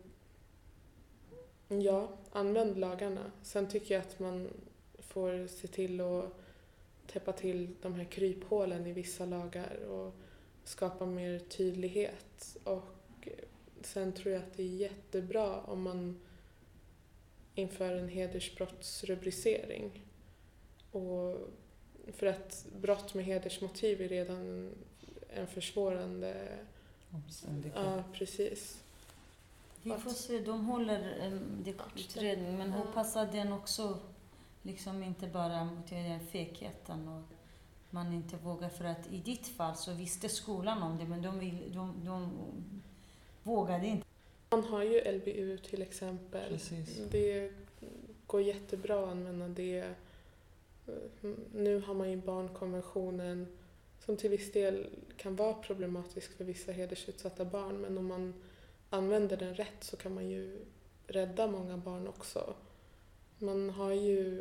ja, använd lagarna. Sen tycker jag att man får se till att täppa till de här kryphålen i vissa lagar och skapa mer tydlighet. Och sen tror jag att det är jättebra om man inför en hedersbrottsrubricering. Och för att brott med hedersmotiv är redan en försvårande omständighet. Ja, precis. Vi får se, de håller utredning, men hoppas att den också liksom inte bara mot den fekheten och man inte vågar, för att i ditt fall så visste skolan om det, men de vågade inte. Man har ju LBU till exempel. Precis. Det går jättebra att använda det. Nu har man ju barnkonventionen som till viss del kan vara problematisk för vissa hedersutsatta barn, men om man använder den rätt så kan man ju rädda många barn också. Man har ju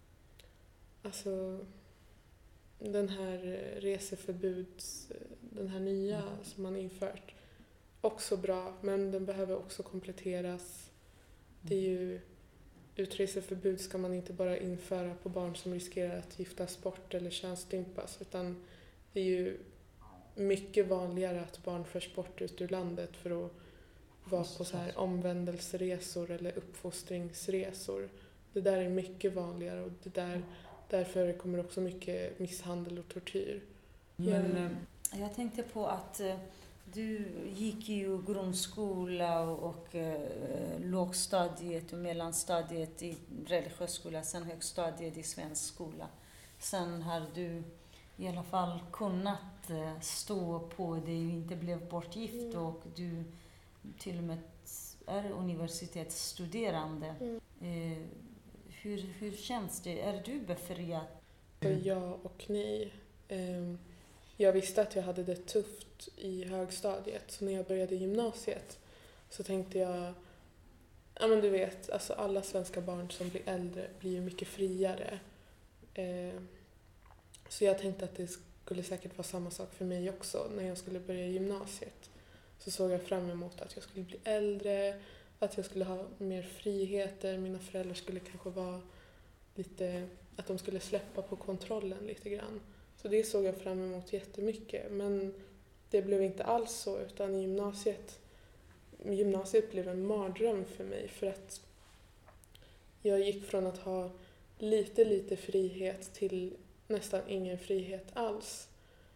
den här den här nya som man infört, också bra, men den behöver också kompletteras. Det är ju utreseförbud ska man inte bara införa på barn som riskerar att giftas bort eller könsstympas, utan det är ju mycket vanligare att barn förs bort ut ur landet för att vara på så här omvändelseresor eller uppfostringsresor. Det där är mycket vanligare, och därför kommer också mycket misshandel och tortyr. Men jag tänkte på att du gick ju grundskola och lågstadiet och mellanstadiet i religiös skola, sen högstadiet i svensk skola. Sen har du i alla fall kunnat stå på det och inte blev bortgift, och du till och med är universitetsstuderande. hur känns det? Är du befriad? Så ja och nej. Jag visste att jag hade det tufft i högstadiet. Så när jag började gymnasiet så tänkte jag, ja men du vet, alltså alla svenska barn som blir äldre blir ju mycket friare. Så jag tänkte att det skulle säkert vara samma sak för mig också när jag skulle börja gymnasiet. Så såg jag fram emot att jag skulle bli äldre, att jag skulle ha mer friheter, mina föräldrar skulle kanske vara lite, att de skulle släppa på kontrollen lite grann. Så det såg jag fram emot jättemycket, men det blev inte alls så, utan gymnasiet blev en mardröm för mig för att jag gick från att ha lite frihet till nästan ingen frihet alls.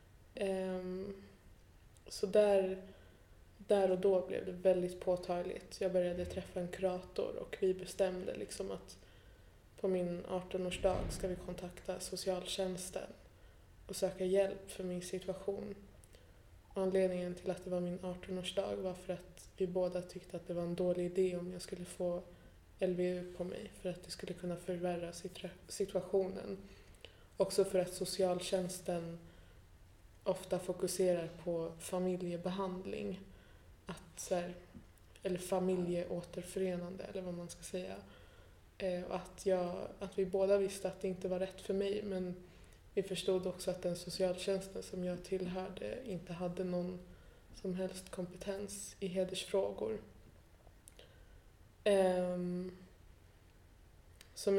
Så där och då blev det väldigt påtagligt. Jag började träffa en kurator och vi bestämde liksom att på min 18-årsdag ska vi kontakta socialtjänsten och söka hjälp för min situation. Anledningen till att det var min 18-årsdag var för att vi båda tyckte att det var en dålig idé om jag skulle få LVU på mig för att det skulle kunna förvärra situationen. Också för att socialtjänsten ofta fokuserar på familjebehandling. Eller familjeåterförenande eller vad man ska säga. Och att vi båda visste att det inte var rätt för mig, men vi förstod också att den socialtjänsten som jag tillhörde inte hade någon som helst kompetens i hedersfrågor. Så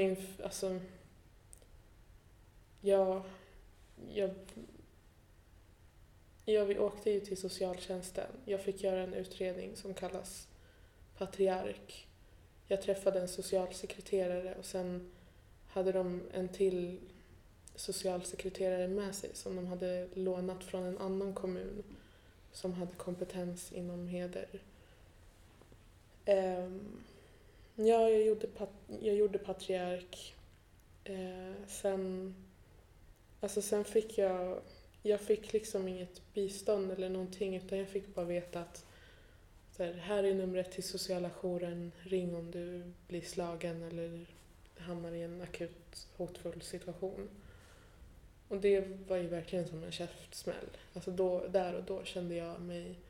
vi åkte ju till socialtjänsten. Jag fick göra en utredning som kallas patriark. Jag träffade en socialsekreterare och sen hade de en till socialsekreterare med sig som de hade lånat från en annan kommun som hade kompetens inom heder. Jag gjorde patriark. Sen fick jag fick liksom inget bistånd eller någonting, utan jag fick bara veta att här är numret till sociala jouren, ring om du blir slagen eller hamnar i en akut hotfull situation. Och det var ju verkligen som en käftsmäll. Alltså där och då kände jag mig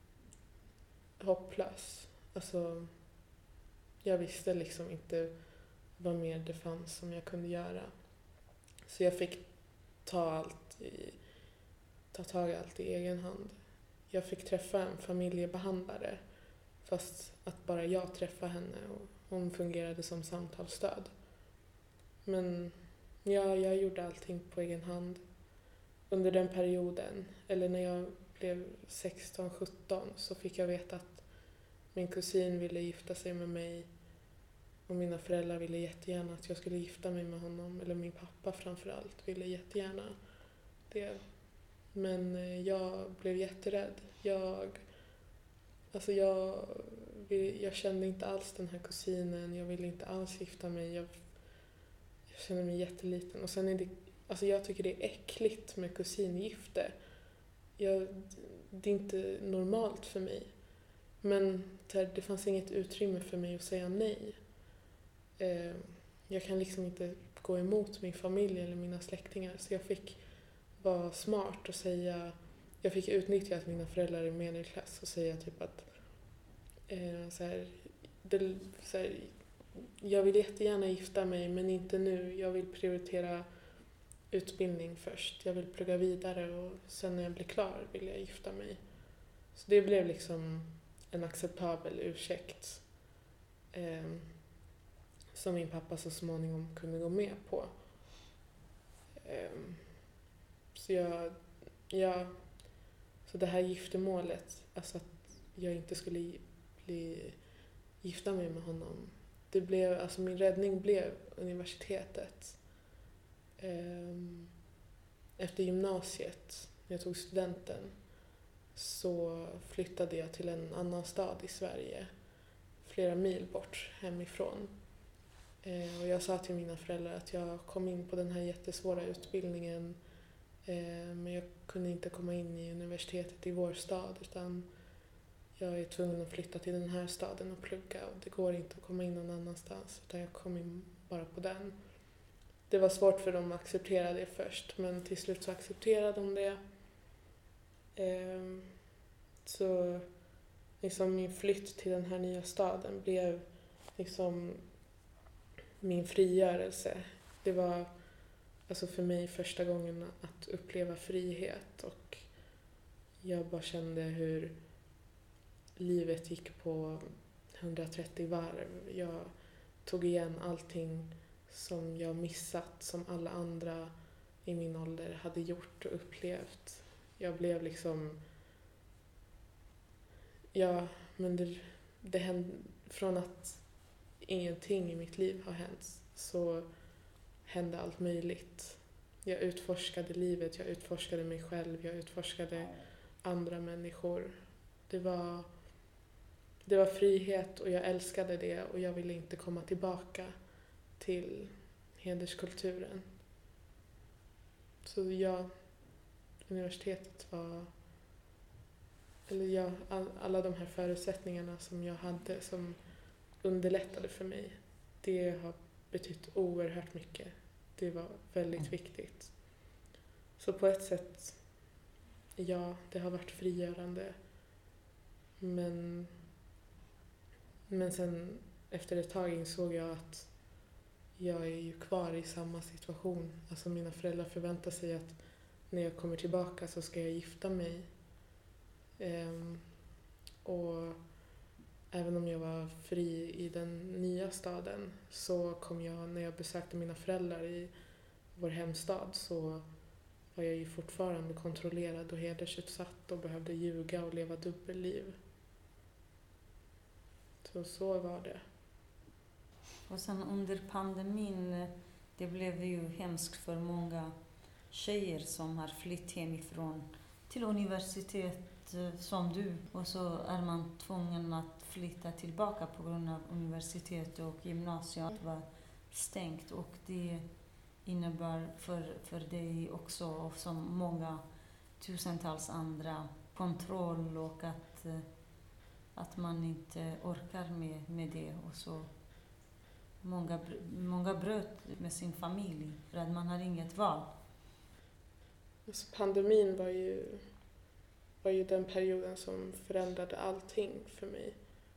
hopplös. Alltså, jag visste liksom inte vad mer det fanns som jag kunde göra. Så jag fick ta tag i allt i egen hand. Jag fick träffa en familjebehandlare, fast att bara jag träffade henne och hon fungerade som samtalsstöd. Men jag gjorde allting på egen hand. Under den perioden, eller när jag blev 16-17, så fick jag veta att min kusin ville gifta sig med mig och mina föräldrar ville jättegärna att jag skulle gifta mig med honom, eller min pappa framförallt ville jättegärna det. Men jag blev jätterädd. Jag kände inte alls den här kusinen, jag ville inte alls gifta mig. Jag kände mig jätteliten. Och sen jag tycker det är äckligt med kusingifte. Det är inte normalt för mig. Men det fanns inget utrymme för mig att säga nej. Jag kan liksom inte gå emot min familj eller mina släktingar. Så jag fick vara smart och säga... Jag fick utnyttja att mina föräldrar är medelklass och säga typ att... jag vill jättegärna gifta mig, men inte nu. Jag vill prioritera utbildning först. Jag vill plugga vidare och sen när jag blir klar vill jag gifta mig. Så det blev liksom en acceptabel ursäkt som min pappa så småningom kunde gå med på. Så det här giftermålet, alltså att jag inte skulle gifta mig med honom, min räddning blev universitetet. Efter gymnasiet, när jag tog studenten, så flyttade jag till en annan stad i Sverige, flera mil bort hemifrån. Och jag sa till mina föräldrar att jag kom in på den här jättesvåra utbildningen, men jag kunde inte komma in i universitetet i vår stad, utan jag är tvungen att flytta till den här staden och plugga, och det går inte att komma in någon annanstans, utan jag kom in bara på den. Det var svårt för dem att acceptera det först, men till slut så accepterade de det. Så liksom min flytt till den här nya staden blev liksom min frigörelse. Det var alltså för mig första gången att uppleva frihet, och jag bara kände hur livet gick på 130 varv. Jag tog igen allting som jag missat, som alla andra i min ålder hade gjort och upplevt. Jag blev liksom... Ja, men det hände, från att ingenting i mitt liv har hänt så hände allt möjligt. Jag utforskade livet, jag utforskade mig själv, jag utforskade andra människor. Det var frihet och jag älskade det, och jag ville inte komma tillbaka till hederskulturen. Så ja, universitetet var... Eller ja, alla de här förutsättningarna som jag hade som underlättade för mig, det har betytt oerhört mycket. Det var väldigt viktigt. Så på ett sätt, ja, det har varit frigörande. Men sen efter ett tag insåg jag att jag är ju kvar i samma situation. Alltså mina föräldrar förväntar sig att när jag kommer tillbaka så ska jag gifta mig. Och även om jag var fri i den nya staden så kom jag, när jag besökte mina föräldrar i vår hemstad, så var jag ju fortfarande kontrollerad och hedersutsatt och behövde ljuga och leva dubbelliv. Så var det. Och sen under pandemin, det blev ju hemskt för många tjejer som har flytt hemifrån till universitet som du. Och så är man tvungen att flytta tillbaka på grund av universitet och gymnasiet var stängt. Och det innebär för dig också, och som många tusentals andra, kontroll och att man inte orkar med det. Och så många bröt med sin familj för att man har inget val. Alltså pandemin var ju den perioden som förändrade allting för mig.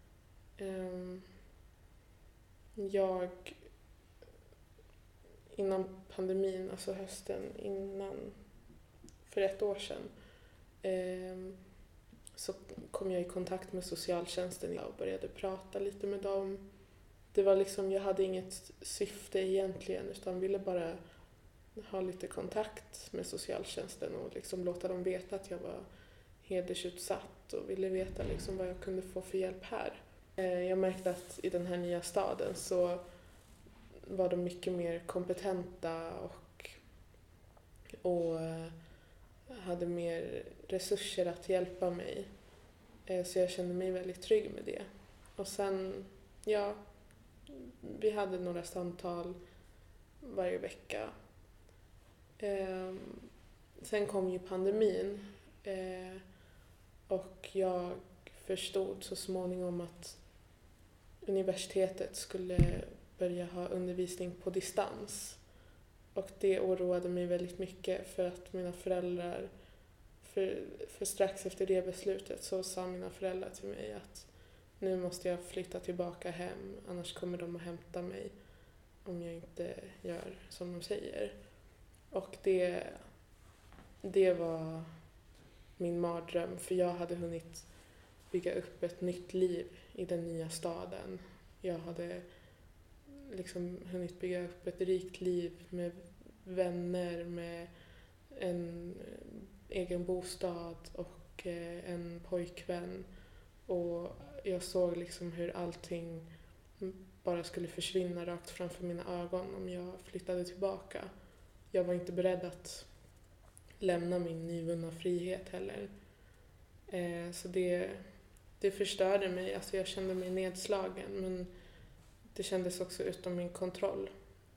Innan pandemin, alltså hösten innan, för 1 år sedan, så kom jag i kontakt med socialtjänsten och började prata lite med dem. Det var liksom, jag hade inget syfte egentligen, utan ville bara ha lite kontakt med socialtjänsten och liksom låta dem veta att jag var hedersutsatt och ville veta liksom vad jag kunde få för hjälp här. Jag märkte att i den här nya staden så var de mycket mer kompetenta och hade mer resurser att hjälpa mig. Så jag kände mig väldigt trygg med det. Och sen, ja, vi hade några samtal varje vecka. Sen kom ju pandemin och jag förstod så småningom att universitetet skulle börja ha undervisning på distans. Och det oroade mig väldigt mycket, för att mina föräldrar, för strax efter det beslutet så sa mina föräldrar till mig att nu måste jag flytta tillbaka hem, annars kommer de att hämta mig om jag inte gör som de säger. Och det var min mardröm, för jag hade hunnit bygga upp ett nytt liv i den nya staden. Jag hade liksom hunnit bygga upp ett rikt liv med vänner, med en egen bostad och en pojkvän. Och jag såg liksom hur allting bara skulle försvinna rakt framför mina ögon om jag flyttade tillbaka. Jag var inte beredd att lämna min nyvunna frihet heller. Så det förstörde mig. Alltså jag kände mig nedslagen, men det kändes också utom min kontroll.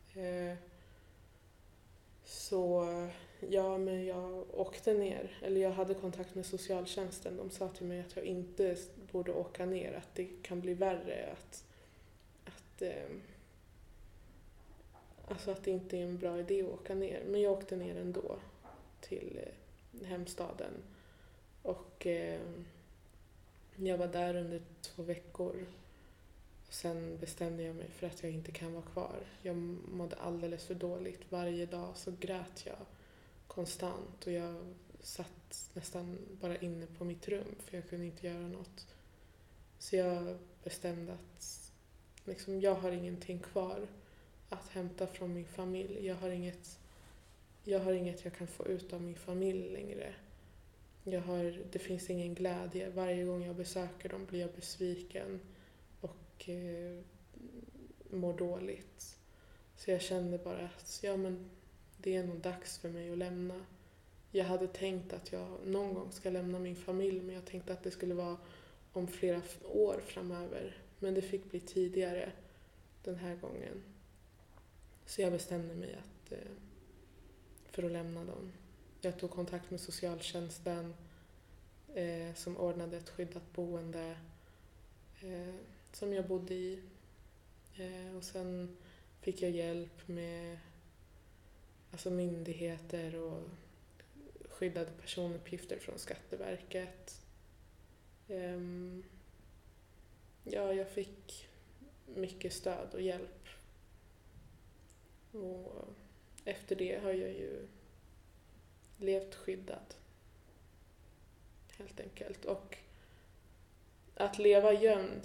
Så ja, men jag åkte ner. Eller jag hade kontakt med socialtjänsten. De sa till mig att jag inte borde åka ner. Att det kan bli värre. alltså att det inte är en bra idé att åka ner. Men jag åkte ner ändå till hemstaden. Och jag var där under 2 veckor. Och sen bestämde jag mig för att jag inte kan vara kvar. Jag mådde alldeles för dåligt. Varje dag så grät jag konstant. Och jag satt nästan bara inne på mitt rum för jag kunde inte göra något. Så jag bestämde att liksom, jag har ingenting kvar att hämta från min familj. Jag har inget jag kan få ut av min familj längre. Det finns ingen glädje. Varje gång jag besöker dem blir jag besviken och mår dåligt. Så jag kände bara att det är nog dags för mig att lämna. Jag hade tänkt att jag någon gång ska lämna min familj, men jag tänkte att det skulle vara om flera år framöver. Men det fick bli tidigare den här gången. Så jag bestämde mig för att lämna dem. Jag tog kontakt med socialtjänsten som ordnade ett skyddat boende som jag bodde i. Och sen fick jag hjälp med myndigheter och skyddade personuppgifter från Skatteverket. Jag fick mycket stöd och hjälp. Och efter det har jag ju levt skyddad. Helt enkelt. Och att leva gömd,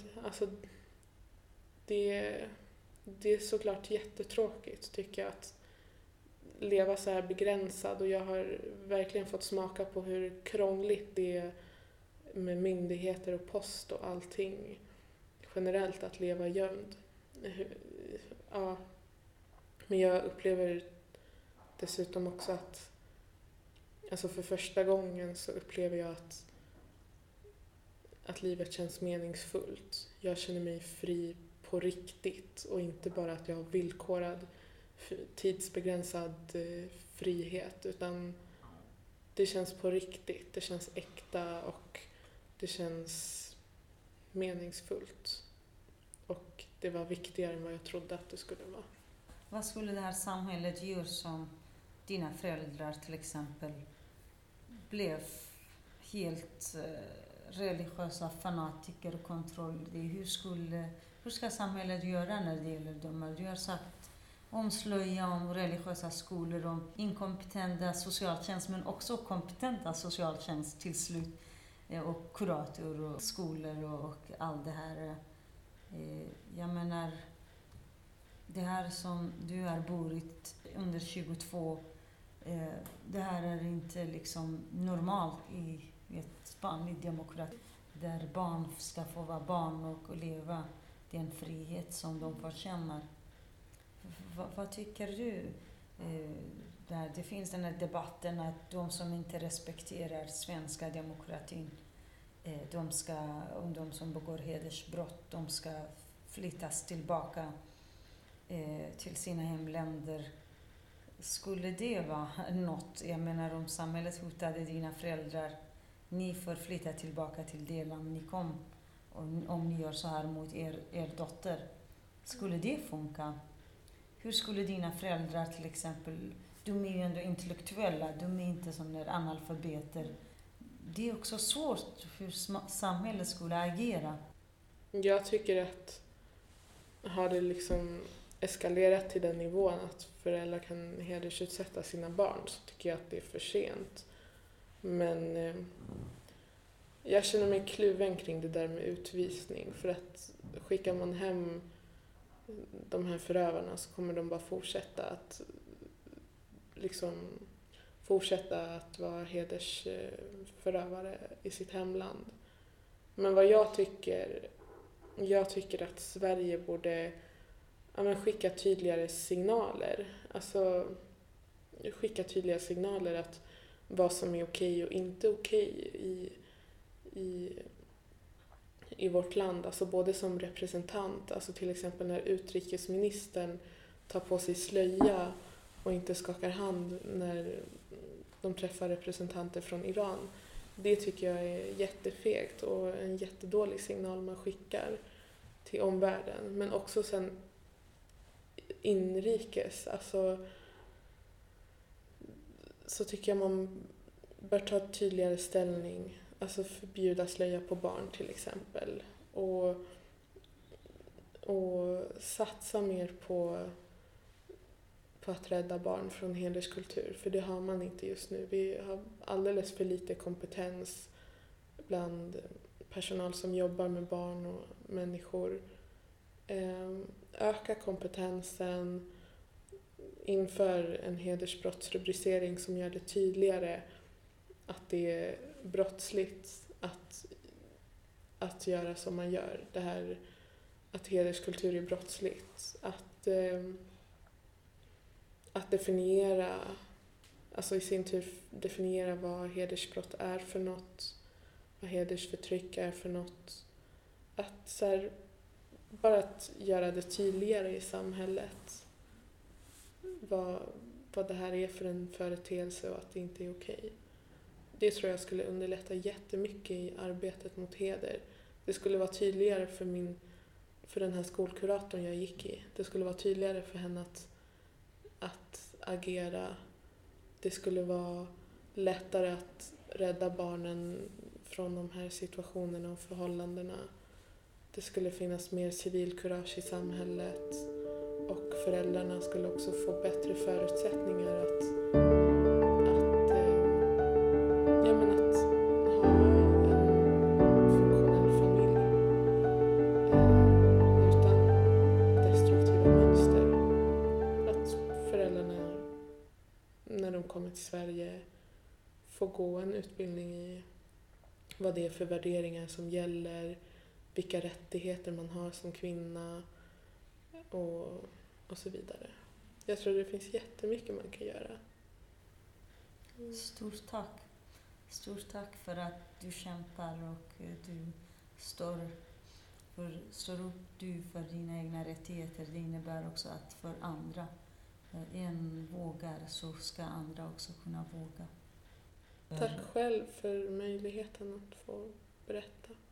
det är såklart jättetråkigt tycker jag att leva så här begränsad, och jag har verkligen fått smaka på hur krångligt det är med myndigheter och post och allting generellt att leva gömd. Ja. Men jag upplever dessutom också att för första gången så upplever jag att livet känns meningsfullt. Jag känner mig fri på riktigt och inte bara att jag har villkorad tidsbegränsad frihet, utan det känns på riktigt, det känns äkta och det känns meningsfullt. Och det var viktigare än vad jag trodde att det skulle vara. Vad skulle det här samhället göra som dina föräldrar till exempel blev helt religiösa fanatiker och kontroll? Hur ska samhället göra när det gäller dem? Du har sagt om slöja, om religiösa skolor, om inkompetenta socialtjänst, men också kompetenta socialtjänst till slut, och kurator och skolor och allt det här. Jag menar, det här som du har burit under 22, det här är inte liksom normalt i ett vanligt demokrati där barn ska få vara barn och leva den frihet som de förtjänar. Vad tycker du? Det finns den här debatten att de som inte respekterar svenska demokratin, de som begår hedersbrott, de ska flyttas tillbaka till sina hemländer. Skulle det vara något? Jag menar, om samhället hotade dina föräldrar, ni får flytta tillbaka till det land ni kom, och om ni gör så här mot er dotter, skulle det funka? Hur skulle dina föräldrar till exempel, de är ju ändå intellektuella, de är inte som analfabeter. Det är också svårt hur samhället skulle agera. Jag tycker att har det liksom eskalerat till den nivån att föräldrar kan hedersutsätta sina barn, så tycker jag att det är för sent. Men jag känner mig kluven kring det där med utvisning. För att skickar man hem de här förövarna så kommer de bara fortsätta att vara hedersförövare i sitt hemland. Men vad jag tycker att Sverige borde skicka tydligare signaler. Skicka tydliga signaler att vad som är okej och inte okej i vårt land. Både som representant, till exempel när utrikesministern tar på sig slöja och inte skakar hand när de träffar representanter från Iran. Det tycker jag är jättefegt och en jättedålig signal man skickar till omvärlden. Men också sen inrikes, alltså, så tycker jag man bör ta tydligare ställning. Alltså förbjuda slöja på barn till exempel. Och satsa mer på att rädda barn från hederskultur. För det har man inte just nu. Vi har alldeles för lite kompetens bland personal som jobbar med barn och människor. Öka kompetensen, inför en hedersbrottsrubricering som gör det tydligare att det är brottsligt att göra som man gör. Det här att hederskultur är brottsligt. Att definiera, alltså i sin tur definiera vad hedersbrott är för något, vad hedersförtryck är för något. Att så här, bara att göra det tydligare i samhället vad det här är för en företeelse och att det inte är okej. Det tror jag skulle underlätta jättemycket i arbetet mot heder. Det skulle vara tydligare för den här skolkuratorn jag gick i. Det skulle vara tydligare för henne att agera. Det skulle vara lättare att rädda barnen från de här situationerna och förhållandena. Det skulle finnas mer civilkurage i samhället och föräldrarna skulle också få bättre förutsättningar att ha en funktionell familj utan destruktiva mönster. Att föräldrarna när de kommer till Sverige får gå en utbildning i vad det är för värderingar som gäller, vilka rättigheter man har som kvinna och så vidare. Jag tror det finns jättemycket man kan göra. Stort tack. Stort tack för att du kämpar och du står upp för dina egna rättigheter. Det innebär också att för andra, en vågar så ska andra också kunna våga. Tack själv för möjligheten att få berätta.